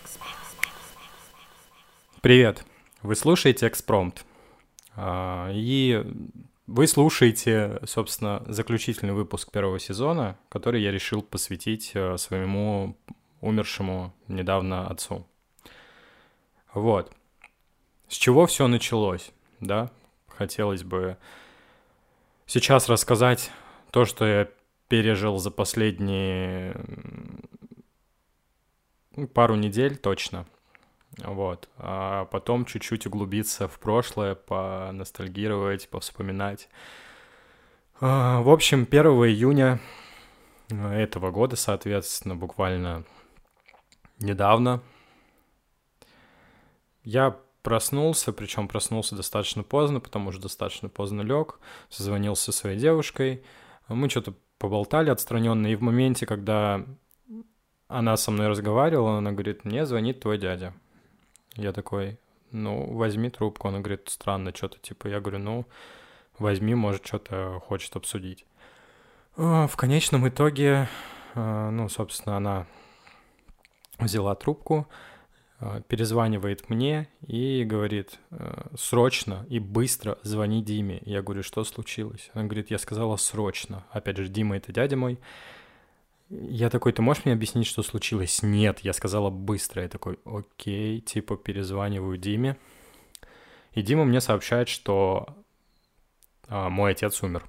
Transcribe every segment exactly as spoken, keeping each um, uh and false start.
Привет! Вы слушаете «Экспромт». А, И вы слушаете, собственно, заключительный выпуск первого сезона, который я решил посвятить э, своему умершему недавно отцу. Вот. С чего все началось, да? Хотелось бы сейчас рассказать то, что я пережил за последние м, пару недель точно. Вот. А потом чуть-чуть углубиться в прошлое, поностальгировать, повспоминать. А, В общем, первого июня этого года, соответственно, буквально недавно, я проснулся, причем проснулся достаточно поздно, потому что достаточно поздно лег, созвонился со своей девушкой, мы что-то поболтали отстраненно, и в моменте, когда она со мной разговаривала, она говорит: мне звонит твой дядя. Я такой: ну, возьми трубку. Она говорит: странно, что-то типа. Я говорю: ну, возьми, может, что-то хочет обсудить. А, В конечном итоге, а, ну, собственно, она взяла трубку, а, перезванивает мне и говорит: а, срочно и быстро звони Диме. Я говорю: что случилось? Она говорит: я сказала срочно. Опять же, Дима — это дядя мой. Я такой: ты можешь мне объяснить, что случилось? Нет, я сказала быстро. Я такой: окей, типа перезваниваю Диме. И Дима мне сообщает, что а, мой отец умер.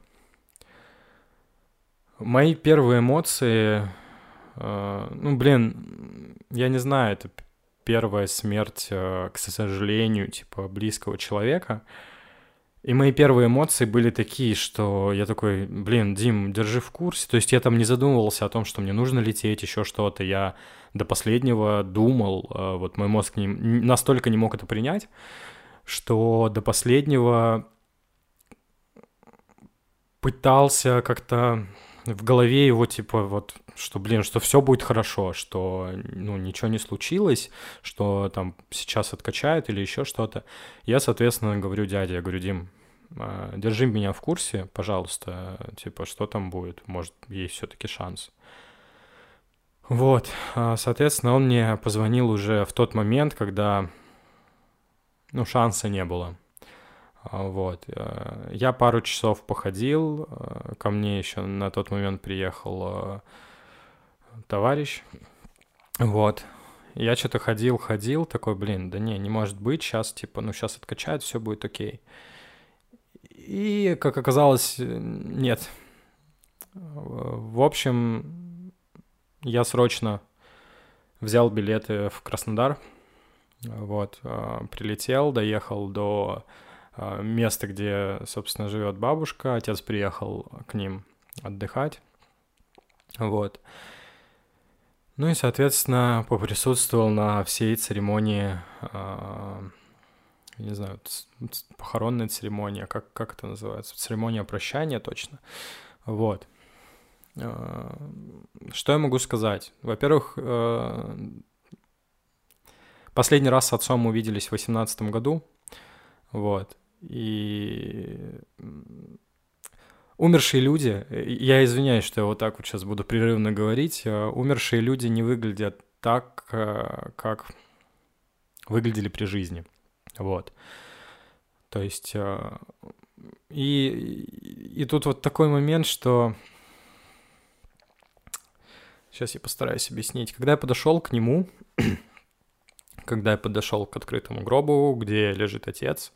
Мои первые эмоции, а, ну, блин, я не знаю, это п- первая смерть, а, к сожалению, типа близкого человека. И мои первые эмоции были такие, что я такой: блин, Дим, держи в курсе. То есть я там не задумывался о том, что мне нужно лететь, еще что-то. Я до последнего думал, а, вот мой мозг не- настолько не мог это принять, что до последнего пытался как-то в голове его, типа, вот, что, блин, что все будет хорошо, что, ну, ничего не случилось, что там сейчас откачают или еще что-то. Я, соответственно, говорю дяде, я говорю: Дим, а, держи меня в курсе, пожалуйста, типа, что там будет, может, есть все-таки шанс. Вот, а, соответственно, он мне позвонил уже в тот момент, когда, ну, шанса не было. А, Вот. э, Я пару часов походил, э, ко мне еще на тот момент приехал э, товарищ, вот. Я что-то ходил, ходил, такой: блин, да не, не может быть, сейчас, типа, ну, сейчас откачают, все будет окей. И, как оказалось, э, нет. Э, В общем, я срочно взял билеты в Краснодар, вот, э, прилетел, доехал до э, места, где, собственно, живет бабушка, отец приехал к ним отдыхать, вот. Ну и, соответственно, поприсутствовал на всей церемонии, а, я не знаю, ц- ц- похоронная церемония, как, как это называется? Церемония прощания, точно. Вот. А, Что я могу сказать? Во-первых, э, последний раз с отцом мы виделись в восемнадцатом году, вот. И м, умершие люди, э, я извиняюсь, что я вот так вот сейчас буду прерывно говорить, э, умершие люди не выглядят так, э, как выглядели при жизни. Вот. То есть... э, И, и тут вот такой момент, что... Сейчас я постараюсь объяснить. Когда я подошел к нему, когда я подошел к открытому гробу, где лежит отец,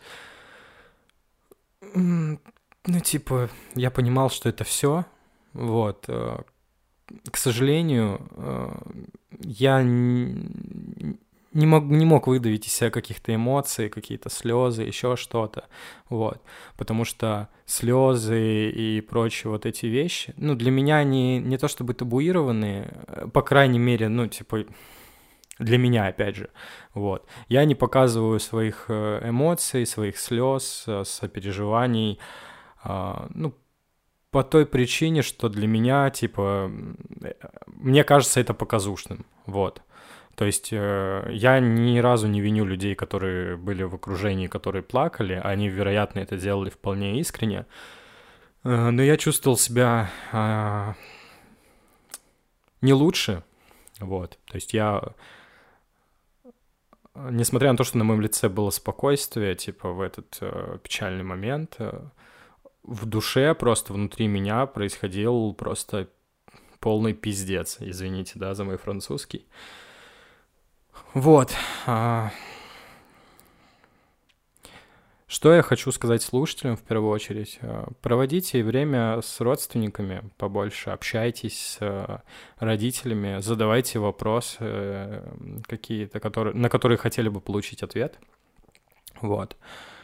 м, ну, типа, я понимал, что это все. Вот. э, К сожалению, э, я н- не мог, не мог выдавить из себя каких-то эмоций, какие-то слезы, еще что-то, вот, потому что слезы и прочие вот эти вещи, ну, для меня они не то чтобы табуированные, э, по крайней мере, ну, типа, для меня, опять же, вот. Я не показываю своих э, эмоций, своих слез, э, сопереживаний, а, ну, по той причине, что для меня, типа, э, мне кажется это показушным, вот. То есть э, я ни разу не виню людей, которые были в окружении, которые плакали, они, вероятно, это делали вполне искренне, Э, но я чувствовал себя э, не лучше, вот. То есть я несмотря на то, что на моем лице было спокойствие, типа, в этот э, печальный момент, э, в душе, просто внутри меня происходил просто полный пиздец. Извините, да, за мой французский. Вот. А... Что я хочу сказать слушателям в первую очередь? Проводите время с родственниками побольше, общайтесь с родителями, задавайте вопросы какие-то, которые, на которые хотели бы получить ответ. Вот.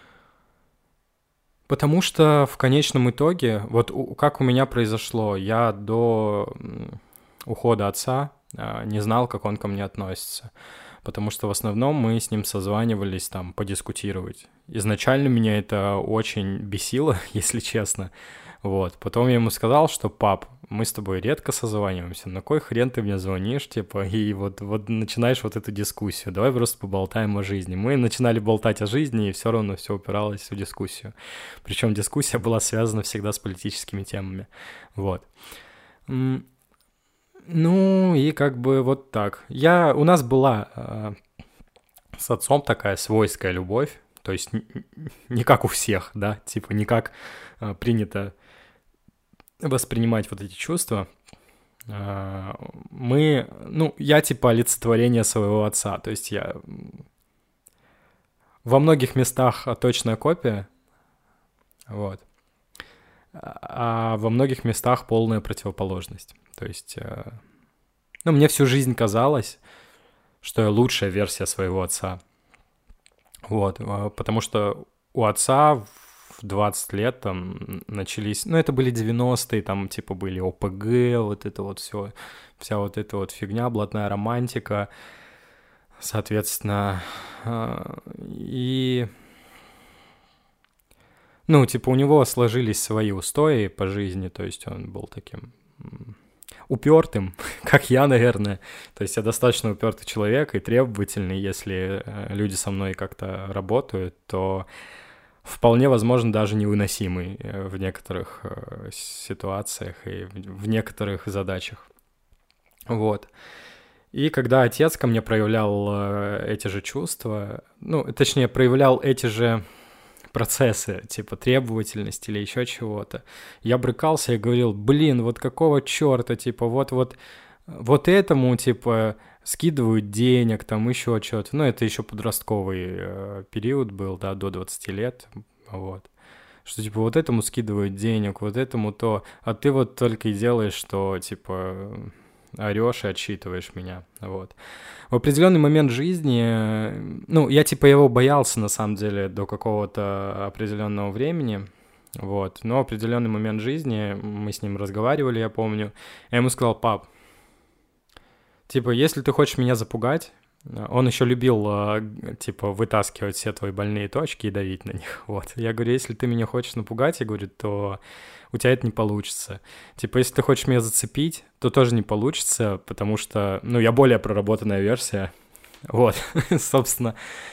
Потому что в конечном итоге, вот у, как у меня произошло, я до ухода отца не знал, как он ко мне относится. Потому что в основном мы с ним созванивались там подискутировать. Изначально меня это очень бесило, если честно. Вот. Потом я ему сказал, что пап, мы с тобой редко созваниваемся, на кой хрен ты мне звонишь, типа, и вот, вот начинаешь вот эту дискуссию, давай просто поболтаем о жизни. Мы начинали болтать о жизни, и все равно все упиралось в дискуссию. Причем дискуссия была связана всегда с политическими темами. Вот. Ну, и как бы вот так. Я, у нас была э, с отцом такая свойская любовь, то есть н- не как у всех, да, типа не как э, принято воспринимать вот эти чувства. Э, мы, ну, я типа олицетворение своего отца, то есть я во многих местах точная копия, вот, а во многих местах полная противоположность. То есть, э, ну, мне всю жизнь казалось, что я лучшая версия своего отца. Вот, э, потому что у отца в двадцать лет там начались, ну, это были девяностые, там, типа, были ОПГ, вот это вот все, вся вот эта вот фигня, блатная романтика, соответственно, э, и... Ну, типа, у него сложились свои устои по жизни, то есть он был таким упертым, как я, наверное. То есть я достаточно упертый человек и требовательный. Если люди со мной как-то работают, то вполне возможно даже невыносимый в некоторых ситуациях и в некоторых задачах. Вот. И когда отец ко мне проявлял эти же чувства, ну, точнее, проявлял эти же процессы, типа требовательности или еще чего-то. Я брыкался и говорил, блин, вот какого черта, типа, вот-вот вот этому, типа, скидывают денег, там еще что-то. Ну, это еще подростковый э, период был, да, до двадцати лет, вот. Что, типа, вот этому скидывают денег, вот этому то, а ты вот только и делаешь, что, типа, орешь и отчитываешь меня, вот. В определенный момент жизни, ну, я типа его боялся, на самом деле, до какого-то определенного времени, вот, но в определенный момент жизни мы с ним разговаривали, я помню, я ему сказал, пап, типа, если ты хочешь меня запугать, он еще любил, типа, вытаскивать все твои больные точки и давить на них, вот, я говорю, если ты меня хочешь напугать, я говорю, то у тебя это не получится. Типа, если ты хочешь меня зацепить, то тоже не получится, потому что, ну, я более проработанная версия, вот, собственно.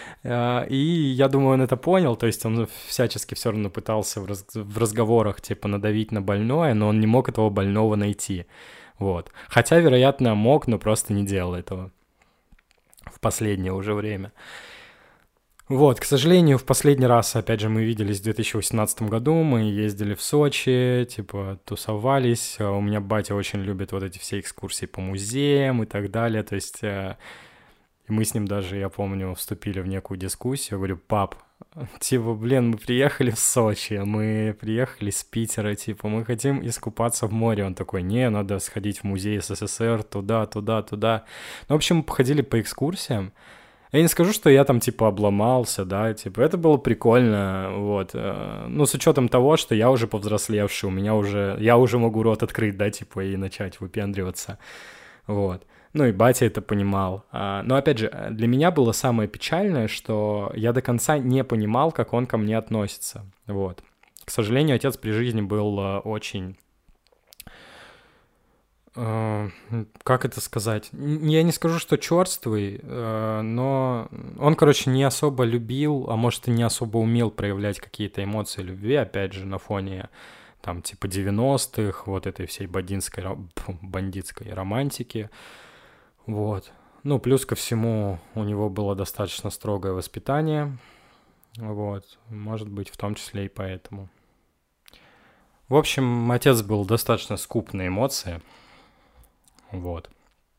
И я думаю, он это понял, то есть он всячески все равно пытался в, раз- в разговорах, типа, надавить на больное, но он не мог этого больного найти, вот. Хотя, вероятно, мог, но просто не делал этого в последнее уже время. Вот, к сожалению, в последний раз, опять же, мы виделись в две тысячи восемнадцатом году, мы ездили в Сочи, типа, тусовались, у меня батя очень любит вот эти все экскурсии по музеям и так далее, то есть э, мы с ним даже, я помню, вступили в некую дискуссию, я говорю, пап, типа, блин, мы приехали в Сочи, мы приехали с Питера, типа, мы хотим искупаться в море, он такой, не, надо сходить в музей СССР, туда, туда, туда, ну, в общем, мы походили по экскурсиям. Я не скажу, что я там, типа, обломался, да, типа, это было прикольно, вот, ну, с учетом того, что я уже повзрослевший, у меня уже, я уже могу рот открыть, да, типа, и начать выпендриваться, вот, ну, и батя это понимал, но, опять же, для меня было самое печальное, что я до конца не понимал, как он ко мне относится, вот, к сожалению, отец при жизни был очень... Как это сказать? Я не скажу, что черствый, но он, короче, не особо любил, а может и не особо умел проявлять какие-то эмоции любви, опять же, на фоне там типа девяностых, вот этой всей бандитской, бандитской романтики, вот. Ну, плюс ко всему, у него было достаточно строгое воспитание, вот, может быть, в том числе и поэтому. В общем, отец был достаточно скуп на эмоции, вот.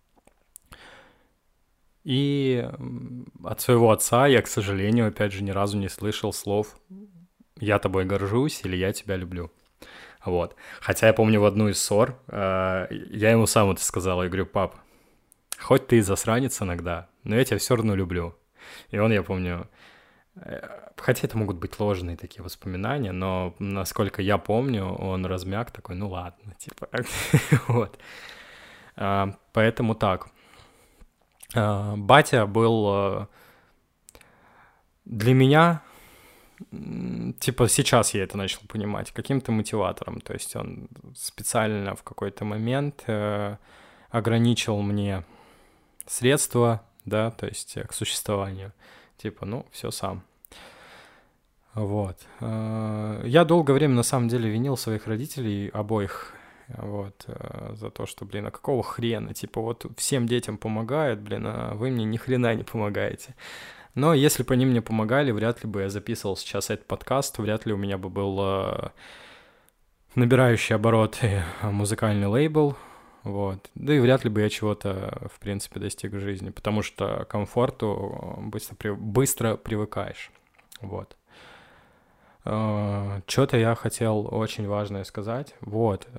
И от своего отца я, к сожалению, опять же, ни разу не слышал слов «я тобой горжусь» или «я тебя люблю». Вот. Хотя я помню в одну из ссор, э, я ему сам это сказал, я говорю: пап, хоть ты и засранец иногда, но я тебя все равно люблю. И он, я помню, э, хотя это могут быть ложные такие воспоминания, но насколько я помню, он размяк такой: ну ладно, типа, вот. А, поэтому так. А, батя был а, для меня, типа, сейчас я это начал понимать, каким-то мотиватором. То есть он специально в какой-то момент э, ограничил мне средства, да, то есть к существованию. Типа, ну, все сам. Вот. Я долгое время, на самом деле, винил своих родителей, обоих, вот, за то, что, блин, а какого хрена? Типа, вот всем детям помогают, блин, а вы мне ни хрена не помогаете. Но если бы они мне помогали, вряд ли бы я записывал сейчас этот подкаст, вряд ли у меня бы был набирающий обороты музыкальный лейбл, вот. Да и вряд ли бы я чего-то, в принципе, достиг в жизни, потому что к комфорту быстро, быстро привыкаешь, вот. Что-то я хотел очень важное сказать. Вот.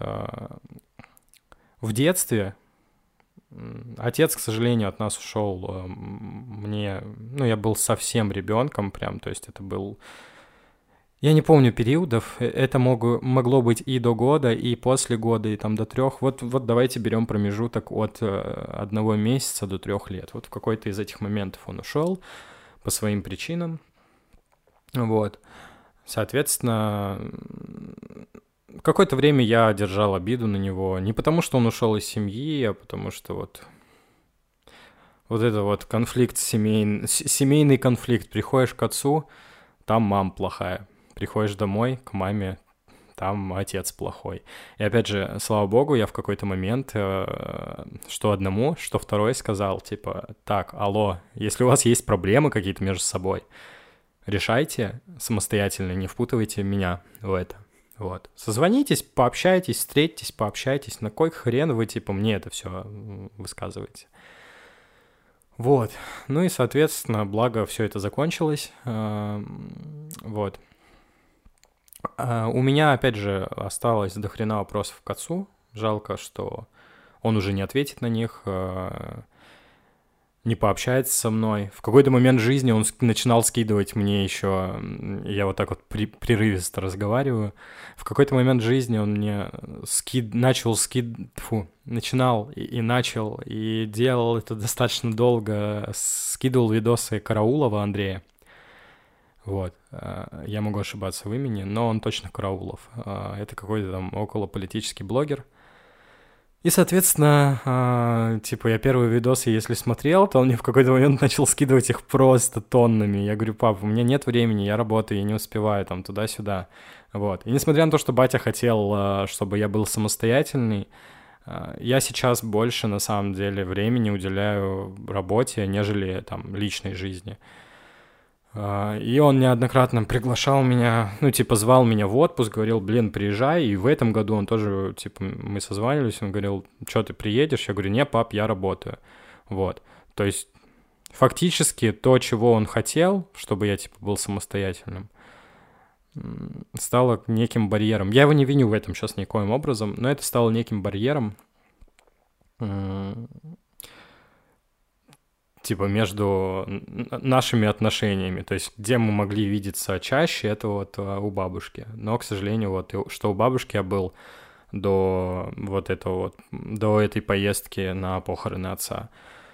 В детстве отец, к сожалению, от нас ушел. Мне, ну, я был совсем ребенком прям, то есть это был... Я не помню периодов, это могло, могло быть и до года, и после года, и там до трех. Вот, вот давайте берем промежуток от одного месяца до трех лет. Вот в какой-то из этих моментов он ушел по своим причинам. Вот. Соответственно, какое-то время я держал обиду на него. Не потому, что он ушел из семьи, а потому что вот... Вот это вот конфликт, семейный, семейный конфликт. Приходишь к отцу, там мама плохая. Приходишь домой, к маме, там отец плохой. И опять же, слава богу, я в какой-то момент, э, что одному, что второй сказал, типа, так, алло, если у вас есть проблемы какие-то между собой, решайте самостоятельно, не впутывайте меня в это. Вот. Созвонитесь, пообщайтесь, встретитесь, пообщайтесь. На кой хрен вы, типа, мне это все высказываете? Вот. Ну и, соответственно, благо все это закончилось. Вот. У меня, опять же, осталось до хрена вопросов к отцу. Жалко, что он уже не ответит на них, не пообщается со мной. В какой-то момент жизни он начинал скидывать мне еще... Я вот так вот при, прерывисто разговариваю. В какой-то момент жизни он мне скид, начал скид... Фу, начинал и, и начал, и делал это достаточно долго. Скидывал видосы Караулова Андрея. Вот. Я могу ошибаться в имени, но он точно Караулов. Это какой-то там околополитический блогер. И, соответственно, э, типа, я первые видосы, если смотрел, то он мне в какой-то момент начал скидывать их просто тоннами. Я говорю: пап, у меня нет времени, я работаю, я не успеваю, там, туда-сюда. Вот. И несмотря на то, что батя хотел, э, чтобы я был самостоятельный, э, я сейчас больше, на самом деле, времени уделяю работе, нежели, там, личной жизни. И он неоднократно приглашал меня, ну, типа, звал меня в отпуск, говорил: блин, приезжай. И в этом году он тоже, типа, мы созванивались, он говорил: что, ты приедешь? Я говорю: не, пап, я работаю. Вот. То есть, фактически, то, чего он хотел, чтобы я, типа, был самостоятельным, стало неким барьером. Я его не виню в этом сейчас никоим образом, но это стало неким барьером, типа, между нашими отношениями. То есть, где мы могли видеться чаще, это вот у бабушки. Но, к сожалению, вот, что у бабушки я был до вот этого вот, до этой поездки на похороны отца.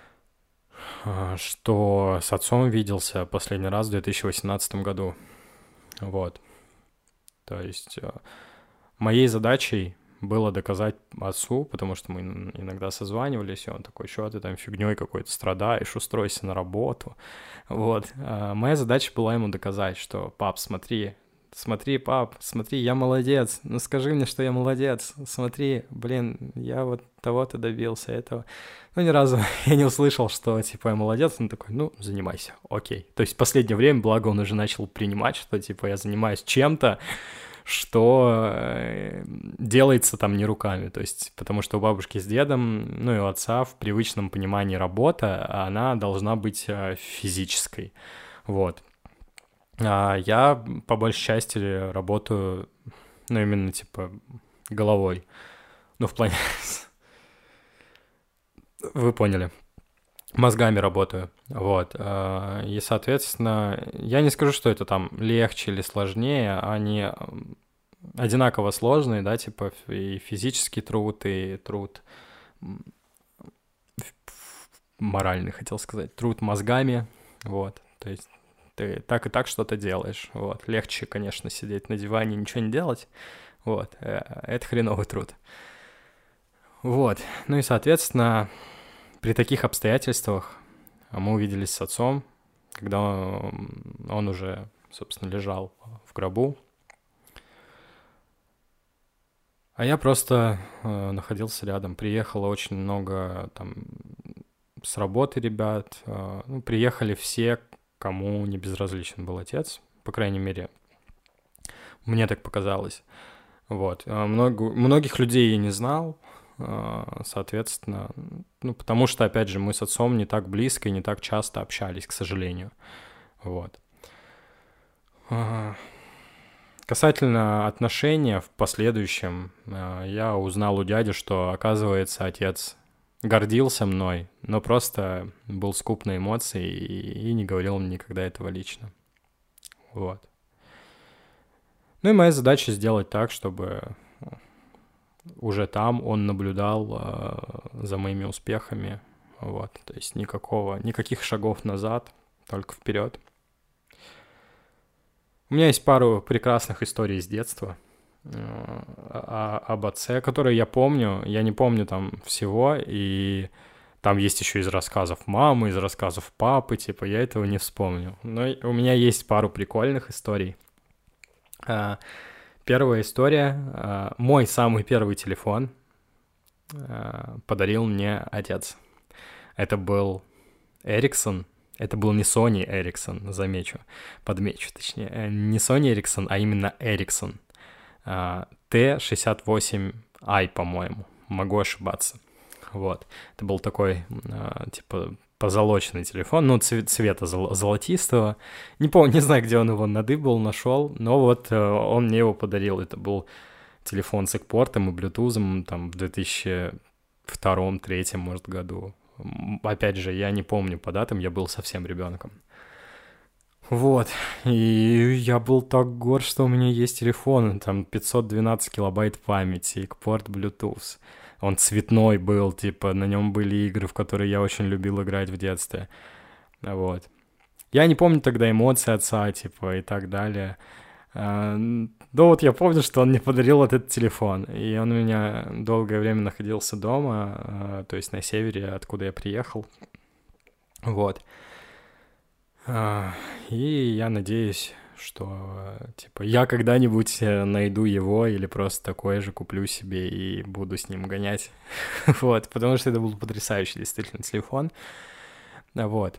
Что с отцом виделся последний раз в две тысячи восемнадцатом году. Вот. То есть, моей задачей было доказать отцу, потому что мы иногда созванивались, и он такой: что ты там фигней какой-то страдаешь, устройся на работу. Вот. А моя задача была ему доказать, что: пап, смотри, смотри, пап, смотри, я молодец, ну скажи мне, что я молодец, смотри, блин, я вот того-то добился, этого. Ну, ни разу я не услышал, что, типа, я молодец, он такой, ну, занимайся, окей. То есть в последнее время, благо, он уже начал принимать, что, типа, я занимаюсь чем-то, что э, делается там не руками, то есть потому что у бабушки с дедом, ну и у отца в привычном понимании работа, она должна быть э, физической, вот. А я по большей части работаю, ну именно типа головой, ну в плане, вы поняли, мозгами работаю, вот. А, и, соответственно, я не скажу, что это там легче или сложнее, они одинаково сложные, да, типа и физический труд, и труд моральный, хотел сказать, труд мозгами, вот, то есть ты так и так что-то делаешь, вот. Легче, конечно, сидеть на диване и ничего не делать, вот, это хреновый труд. Вот, ну и, соответственно, при таких обстоятельствах мы увиделись с отцом, когда он, он уже, собственно, лежал в гробу. А я просто э, находился рядом. Приехало очень много там с работы ребят. Э, ну, приехали все, кому не безразличен был отец. По крайней мере, мне так показалось. Вот. А много, многих людей я не знал, соответственно, ну, потому что, опять же, мы с отцом не так близко и не так часто общались, к сожалению. Вот. Касательно отношения в последующем, я узнал у дяди, что, оказывается, отец гордился мной, но просто был скуп на эмоции и, и не говорил мне никогда этого лично. Вот. Ну и моя задача сделать так, чтобы уже там он наблюдал э, за моими успехами. Вот. То есть никакого, никаких шагов назад, только вперед. У меня есть пару прекрасных историй из детства э, о, об отце, которые я помню. Я не помню там всего, и там есть еще из рассказов мамы, из рассказов папы, типа я этого не вспомню. Но у меня есть пару прикольных историй. Э, Первая история. Мой самый первый телефон подарил мне отец. Это был Ericsson. Это был не Sony Ericsson, замечу, подмечу точнее. Не Sony Ericsson, а именно Ericsson. ти шестьдесят восемь ай, по-моему. Могу ошибаться. Вот. Это был такой, типа, позолоченный телефон, ну, цвет, цвета зол- золотистого. Не помню, не знаю, где он его надыбал, нашел, но вот э, он мне его подарил. Это был телефон с экпортом и блютузом там в две тысячи втором, третьем, может, году. Опять же, я не помню по датам, я был совсем ребенком. Вот, и я был так горд, что у меня есть телефон, там пятьсот двенадцать килобайт памяти, экпорт Bluetooth. Он цветной был, типа, на нем были игры, в которые я очень любил играть в детстве. Вот. Я не помню тогда эмоции отца, типа, и так далее. А, ну вот я помню, что он мне подарил вот этот телефон. И он у меня долгое время находился дома, а, то есть на севере, откуда я приехал. Вот. А, и я надеюсь, что, типа, я когда-нибудь найду его или просто такое же куплю себе и буду с ним гонять. Вот, потому что это был потрясающий действительно телефон. Вот.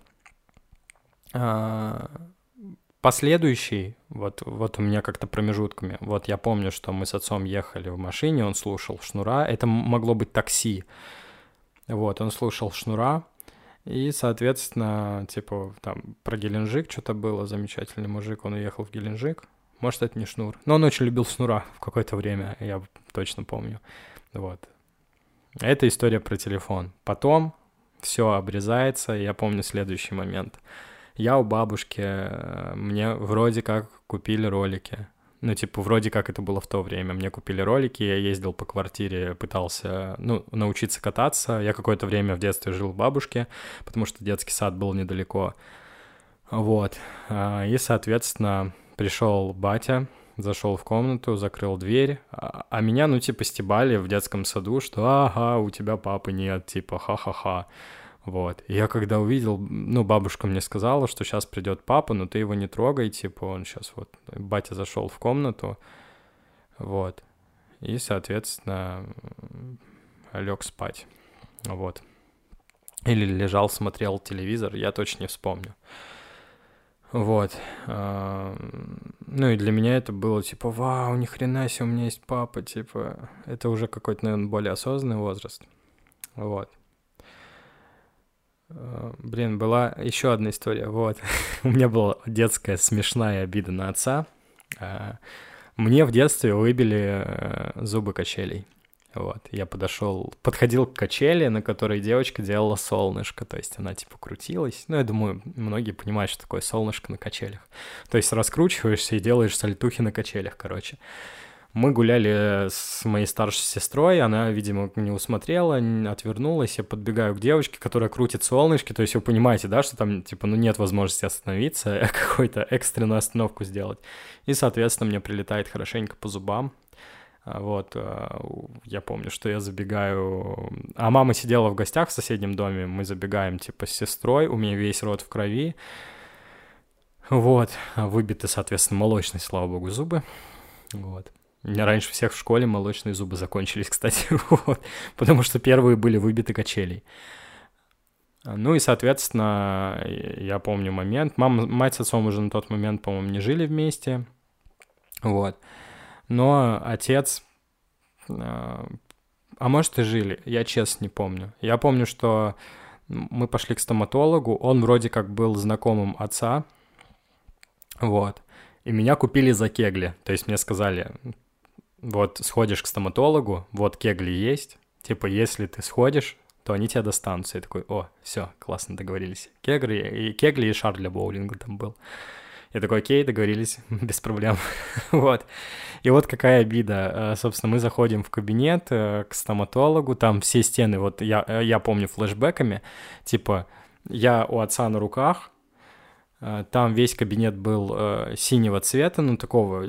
А, последующий, вот, вот у меня как-то промежутками, вот я помню, что мы с отцом ехали в машине, он слушал Шнура, это могло быть такси. Вот, он слушал Шнура. И, соответственно, типа, там, про Геленджик что-то было, замечательный мужик, он уехал в Геленджик. Может, это не Шнур. Но он очень любил Шнура в какое-то время, я точно помню. Вот. Это история про телефон. Потом все обрезается, и я помню следующий момент. Я у бабушки, мне вроде как купили ролики. Ну, типа, вроде как это было в то время. Мне купили ролики, я ездил по квартире, пытался, ну, научиться кататься. Я какое-то время в детстве жил у бабушки, потому что детский сад был недалеко. Вот. И, соответственно, пришел батя, зашел в комнату, закрыл дверь, а меня, ну, типа, стебали в детском саду, что ага, у тебя папы нет, типа, ха-ха-ха. Вот. И я когда увидел, ну, бабушка мне сказала, что сейчас придет папа, но ты его не трогай, типа, он сейчас вот... Батя зашел в комнату, вот. И, соответственно, лег спать, вот. Или лежал, смотрел телевизор, я точно не вспомню. Вот. Ну и для меня это было типа, вау, ни хрена себе, у меня есть папа, типа, это уже какой-то, наверное, более осознанный возраст. Вот. Блин, была еще одна история, вот. У меня была детская смешная обида на отца. Мне в детстве выбили зубы качелей. Вот, я подошел, подходил к качели, на которой девочка делала солнышко, то есть она типа крутилась. Ну, я думаю, многие понимают, что такое солнышко на качелях. То есть раскручиваешься и делаешь сальтухи на качелях, короче. Мы гуляли с моей старшей сестрой, она, видимо, не усмотрела, отвернулась, я подбегаю к девочке, которая крутит солнышки, то есть вы понимаете, да, что там, типа, ну, нет возможности остановиться, какую-то экстренную остановку сделать. И, соответственно, мне прилетает хорошенько по зубам. Вот, я помню, что я забегаю... А мама сидела в гостях в соседнем доме, мы забегаем, типа, с сестрой, у меня весь рот в крови. Вот, выбиты, соответственно, молочные, слава богу, зубы. Вот. У меня раньше всех в школе молочные зубы закончились, кстати, вот, потому что первые были выбиты качелей. Ну и, соответственно, я помню момент. Мама, мать с отцом уже на тот момент, по-моему, не жили вместе, вот. Но отец... А может и жили, я честно не помню. Я помню, что мы пошли к стоматологу, он вроде как был знакомым отца, вот. И меня купили за кегли. То есть мне сказали, вот сходишь к стоматологу, вот кегли есть, типа если ты сходишь, то они тебя достанутся. Я такой, о, все, классно, договорились. Кегли и, кегли и шар для боулинга там был. Я такой, окей, договорились, без проблем. Вот. И вот какая обида. Собственно, мы заходим в кабинет к стоматологу, там все стены, вот я, я помню флешбэками, типа, я у отца на руках, там весь кабинет был синего цвета, ну, такого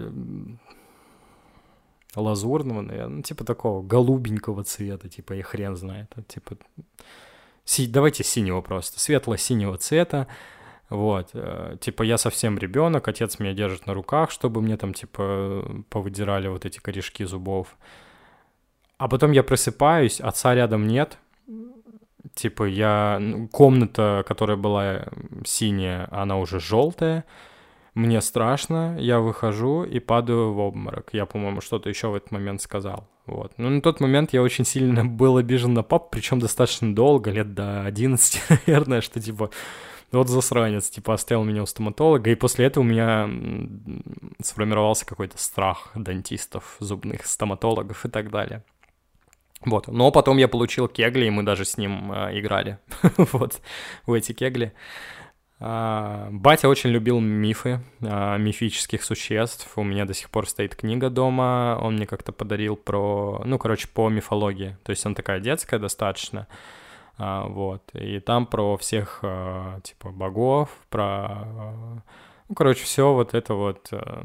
лазурного, наверное, ну, типа такого голубенького цвета, типа, и хрен знает, типа, си... давайте синего просто, светло-синего цвета. Вот, типа, я совсем ребенок, отец меня держит на руках, чтобы мне там, типа, повыдирали вот эти корешки зубов. А потом я просыпаюсь, отца рядом нет. Типа, я... Комната, которая была синяя, она уже желтая. Мне страшно, я выхожу и падаю в обморок. Я, по-моему, что-то еще в этот момент сказал. Вот. Но на тот момент я очень сильно был обижен на папу, причем достаточно долго, лет до одиннадцати, наверное, что, типа... Вот засранец, типа, оставил меня у стоматолога, и после этого у меня сформировался какой-то страх дантистов, зубных стоматологов и так далее. Вот, но потом я получил кегли, и мы даже с ним э, играли, вот, в эти кегли. А, батя очень любил мифы, а, мифических существ, у меня до сих пор стоит книга дома, он мне как-то подарил про, ну, короче, по мифологии, то есть она такая детская достаточно. А, вот, и там про всех, а, типа, богов, про, а, ну, короче, все вот это вот, а,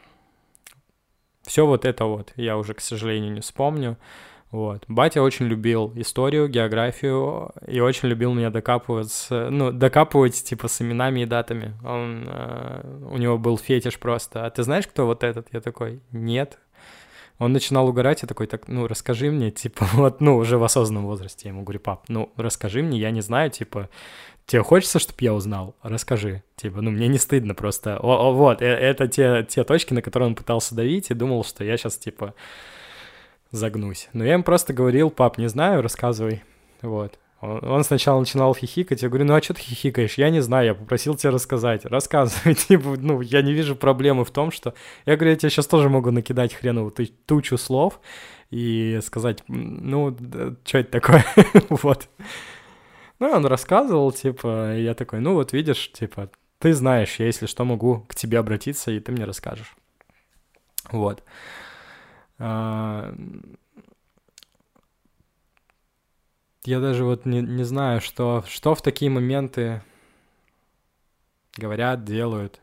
все вот это вот, я уже, к сожалению, не вспомню, вот. Батя очень любил историю, географию, и очень любил меня докапываться, ну, докапывать, типа, с именами и датами, он, а, у него был фетиш просто, а ты знаешь, кто вот этот? Я такой, нет. Он начинал угорать, я такой, так, ну, расскажи мне, типа, вот, ну, уже в осознанном возрасте. Я ему говорю, пап, ну, расскажи мне, я не знаю, типа, тебе хочется, чтобы я узнал? Расскажи, типа, ну, мне не стыдно просто. О, о, вот, это те, те точки, на которые он пытался давить, и думал, что я сейчас, типа, загнусь. Но я ему просто говорил, пап, не знаю, рассказывай, вот. Он сначала начинал хихикать, я говорю, ну а что ты хихикаешь? Я не знаю, я попросил тебя рассказать. Рассказывай, типа, ну, я не вижу проблемы в том, что... Я говорю, я тебе сейчас тоже могу накидать хреновую тучу слов и сказать, ну, что это такое? Вот. Ну, он рассказывал, типа, и я такой, ну, вот видишь, типа, ты знаешь, я, если что, могу к тебе обратиться, и ты мне расскажешь. Вот. Я даже вот не, не знаю, что, что в такие моменты говорят, делают.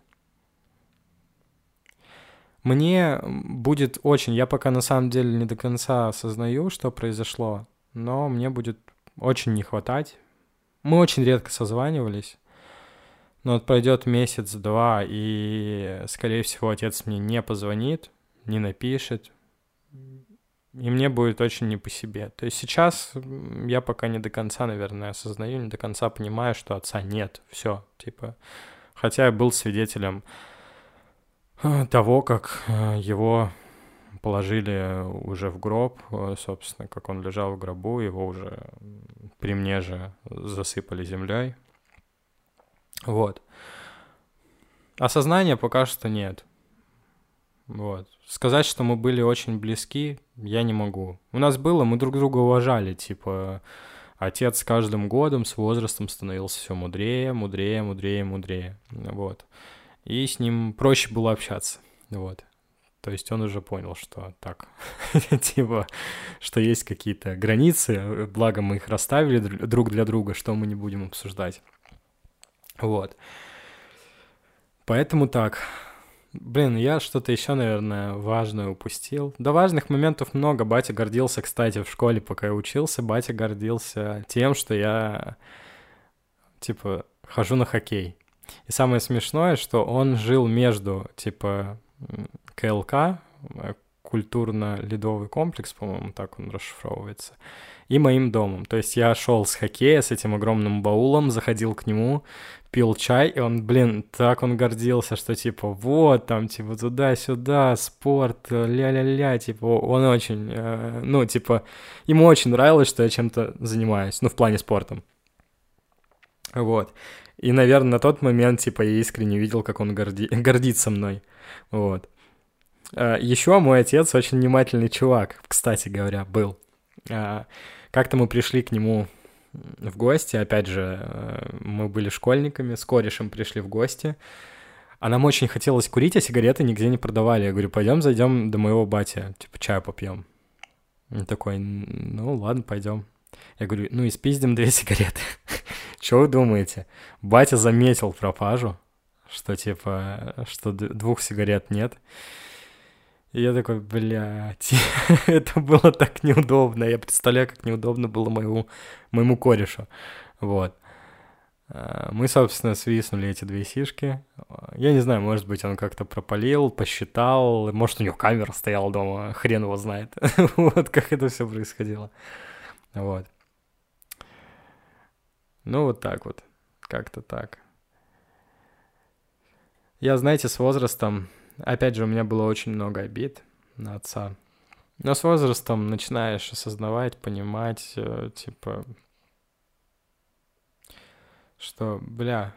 Мне будет очень... Я пока на самом деле не до конца осознаю, что произошло, но мне будет очень не хватать Мы очень редко созванивались, но вот пройдет месяц-два, и, скорее всего, отец мне не позвонит, не напишет, и мне будет очень не по себе. То есть сейчас я пока не до конца, наверное, осознаю, не до конца понимаю, что отца нет. Все, типа. Хотя я был свидетелем того, как его положили уже в гроб, собственно, как он лежал в гробу, его уже при мне же засыпали землей. Вот. Осознания пока что нет. Вот. Сказать, что мы были очень близки, я не могу. У нас было, мы друг друга уважали, типа, отец с каждым годом, с возрастом становился все мудрее, мудрее, мудрее, мудрее, вот. И с ним проще было общаться, вот. То есть он уже понял, что так, типа, что есть какие-то границы, благо мы их расставили друг для друга, что мы не будем обсуждать, вот. Поэтому так... Блин, я что-то еще, наверное, важное упустил. Да важных моментов много. Батя гордился, кстати, в школе, пока я учился. Батя гордился тем, что я, типа, хожу на хоккей. И самое смешное, что он жил между, типа, КЛК, культурно-ледовый комплекс, по-моему, так он расшифровывается, и моим домом. То есть я шел с хоккея, с этим огромным баулом, заходил к нему, пил чай, и он, блин, так он гордился, что типа вот там, типа туда-сюда, спорт, ля-ля-ля, типа он очень, э, ну, типа, ему очень нравилось, что я чем-то занимаюсь, ну, в плане спортом. Вот. И, наверное, на тот момент, типа, я искренне видел, как он горди... гордится мной. Вот. Еще мой отец очень внимательный чувак, кстати говоря, был. Как-то мы пришли к нему в гости, опять же, мы были школьниками, с корешем пришли в гости, а нам очень хотелось курить, а сигареты нигде не продавали. Я говорю, пойдем зайдем до моего батя, типа чаю попьем. Он такой, ну ладно, пойдем. Я говорю, ну и спиздим две сигареты. Что вы думаете? Батя заметил пропажу, что типа, что двух сигарет нет. И я такой, блядь, это было так неудобно. Я представляю, как неудобно было моему, моему корешу. Вот. Мы, собственно, свистнули эти две сишки. Я не знаю, может быть, он как-то пропалил, посчитал. Может, у него камера стояла дома, хрен его знает. Вот как это все происходило. Вот. Ну, вот так вот. Как-то так. Я, знаете, с возрастом... Опять же, у меня было очень много обид на отца. Но с возрастом начинаешь осознавать, понимать, э, типа, что, бля,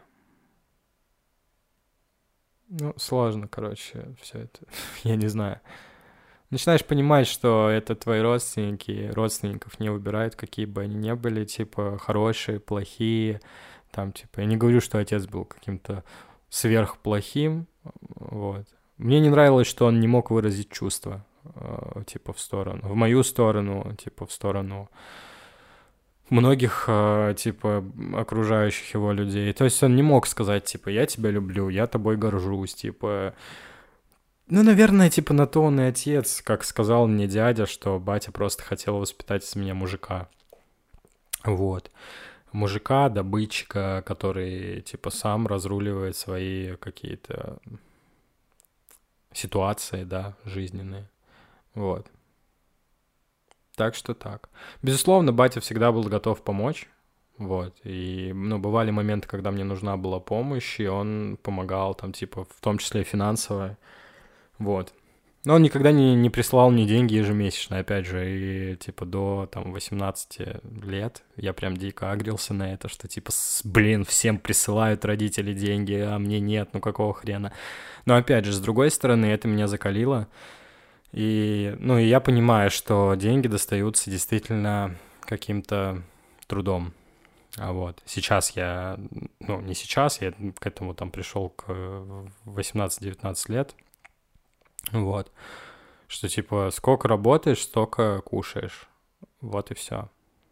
ну, сложно, короче, все это, я не знаю. Начинаешь понимать, что это твои родственники, родственников не выбирают, какие бы они ни были, типа, хорошие, плохие, там, типа, я не говорю, что отец был каким-то сверхплохим, вот. Мне не нравилось, что он не мог выразить чувства, э, типа, в сторону, в мою сторону, типа, в сторону многих, э, типа, окружающих его людей. То есть он не мог сказать, типа, я тебя люблю, я тобой горжусь, типа... Ну, наверное, типа, на то он и отец, как сказал мне дядя, что батя просто хотел воспитать из меня мужика. Вот. Мужика, добытчика, который, типа, сам разруливает свои какие-то... ситуации, да, жизненные. Вот. Так что так. Безусловно, батя всегда был готов помочь. Вот. И, ну, бывали моменты, когда мне нужна была помощь, и он помогал, там, типа, в том числе финансово. Вот. Но он никогда не, не присылал мне деньги ежемесячно, опять же, и, типа, до, там, восемнадцати лет я прям дико агрился на это, что, типа, блин, всем присылают родители деньги, а мне нет, ну какого хрена. Но, опять же, с другой стороны, это меня закалило, и, ну, и я понимаю, что деньги достаются действительно каким-то трудом. А вот сейчас я, ну, не сейчас, я к этому там пришел к восемнадцать-девятнадцать лет, вот. Что, типа, сколько работаешь, столько кушаешь. Вот и все.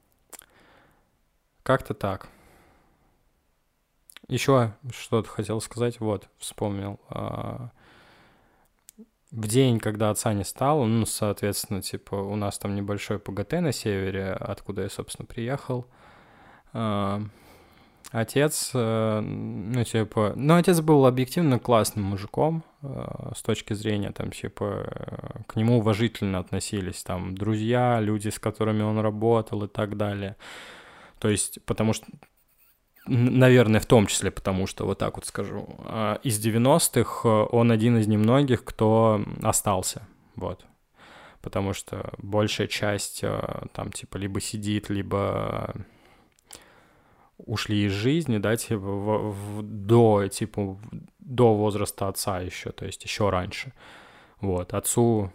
Как-то так. Еще что-то хотел сказать. Вот, вспомнил. В день, когда отца не стало, ну, соответственно, типа, у нас там небольшой ПГТ на севере, откуда я, собственно, приехал. Отец, э, ну, типа... Ну, отец был объективно классным мужиком э, с точки зрения, там, типа, э, к нему уважительно относились, там, друзья, люди, с которыми он работал и так далее. То есть, потому что... н- Наверное, в том числе потому, что, вот так вот скажу, э, из девяностых э, он один из немногих, кто остался, вот. Потому что большая часть э, там, типа, либо сидит, либо ушли из жизни, да, типа, в- в- до, типа, до возраста отца еще, то есть еще раньше. Вот, отцу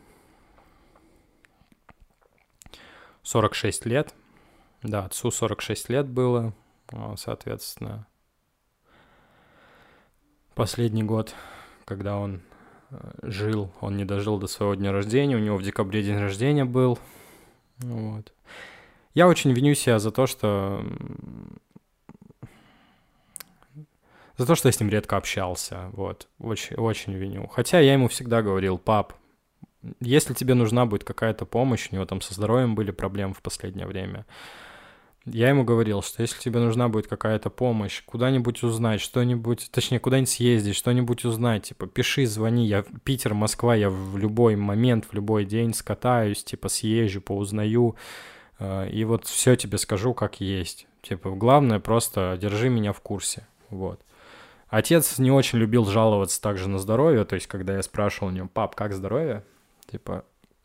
сорок шесть лет, да, отцу сорок шесть лет было, а, соответственно, последний год, когда он э, жил, он не дожил до своего дня рождения, у него в декабре день рождения был, вот. Я очень виню себя за то, что за то, что я с ним редко общался, вот, очень, очень виню. Хотя я ему всегда говорил: пап, если тебе нужна будет какая-то помощь, у него там со здоровьем были проблемы в последнее время, я ему говорил, что если тебе нужна будет какая-то помощь, куда-нибудь узнать, что-нибудь, точнее, куда-нибудь съездить, что-нибудь узнать, типа, пиши, звони, я Питер, Москва, я в любой момент, в любой день скатаюсь, типа, съезжу, поузнаю, э, и вот все тебе скажу, как есть. Типа, главное, просто держи меня в курсе, вот. Отец не очень любил жаловаться также на здоровье, то есть, когда я спрашивал у него: пап, как здоровье? Типа,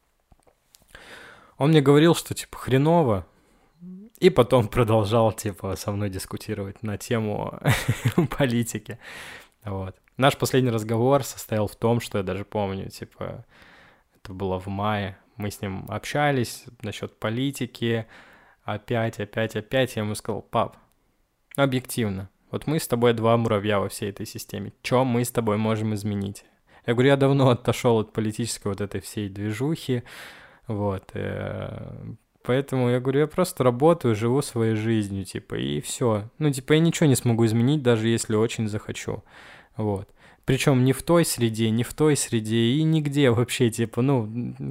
он мне говорил, что, типа, хреново, и потом продолжал, типа, со мной дискутировать на тему политики, вот. Наш последний разговор состоял в том, что я даже помню, типа, это было в мае, мы с ним общались насчет политики, опять, опять, опять, я ему сказал: пап, объективно, вот мы с тобой два муравья во всей этой системе. Что мы с тобой можем изменить? Я говорю, я давно отошел от политической вот этой всей движухи, вот. э, Поэтому я говорю, я просто работаю, живу своей жизнью, типа, и все. Ну, типа, я ничего не смогу изменить, даже если очень захочу, вот. Причем ни в той среде, ни в той среде и нигде вообще, типа, ну,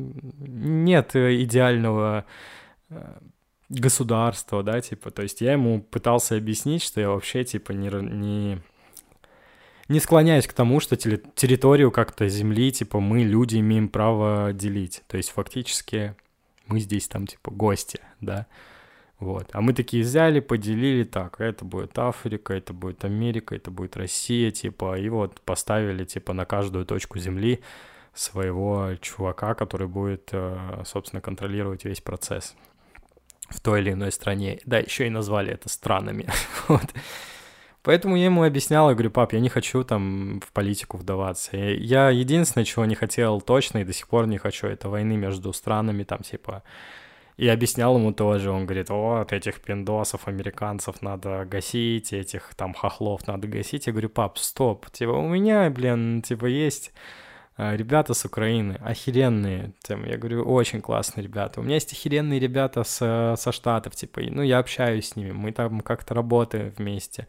нет идеального э, государства, да, типа, то есть я ему пытался объяснить, что я вообще, типа, не, не, не склоняюсь к тому, что теле- территорию как-то земли, типа, мы, люди, имеем право делить, то есть фактически мы здесь там, типа, гости, да, вот, а мы такие взяли, поделили, так, это будет Африка, это будет Америка, это будет Россия, типа, и вот поставили, типа, на каждую точку земли своего чувака, который будет, э, собственно, контролировать весь процесс в той или иной стране. Да, еще и назвали это странами. Вот. Поэтому я ему объяснял, я говорю: пап, я не хочу там в политику вдаваться. Я единственное, чего не хотел точно и до сих пор не хочу, это войны между странами, там, типа... И объяснял ему тоже, он говорит: вот, этих пиндосов, американцев надо гасить, этих там хохлов надо гасить. Я говорю: пап, стоп, типа, у меня, блин, типа, есть ребята с Украины, охеренные, там, я говорю, очень классные ребята. У меня есть охеренные ребята с, со Штатов, типа, ну, я общаюсь с ними, мы там как-то работаем вместе.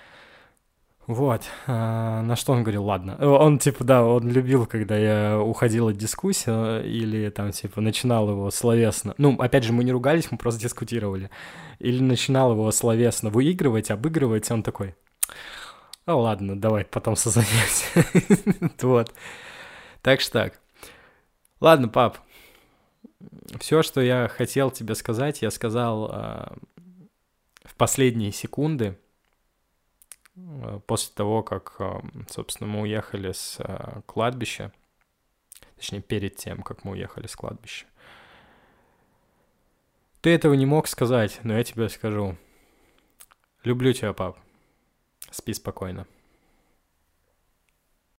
Вот, а, на что он говорил: ладно. Он, типа, да, он любил, когда я уходил от дискуссии или там, типа, начинал его словесно. Ну, опять же, мы не ругались, мы просто дискутировали. Или начинал его словесно выигрывать, обыгрывать, он такой: а ладно, давай потом созвонимся. Вот. Так что так. Ладно, пап, все, что я хотел тебе сказать, я сказал э, в последние секунды э, после того, как, э, собственно, мы уехали с э, кладбища, точнее, перед тем, как мы уехали с кладбища. Ты этого не мог сказать, но я тебе скажу. Люблю тебя, пап. Спи спокойно.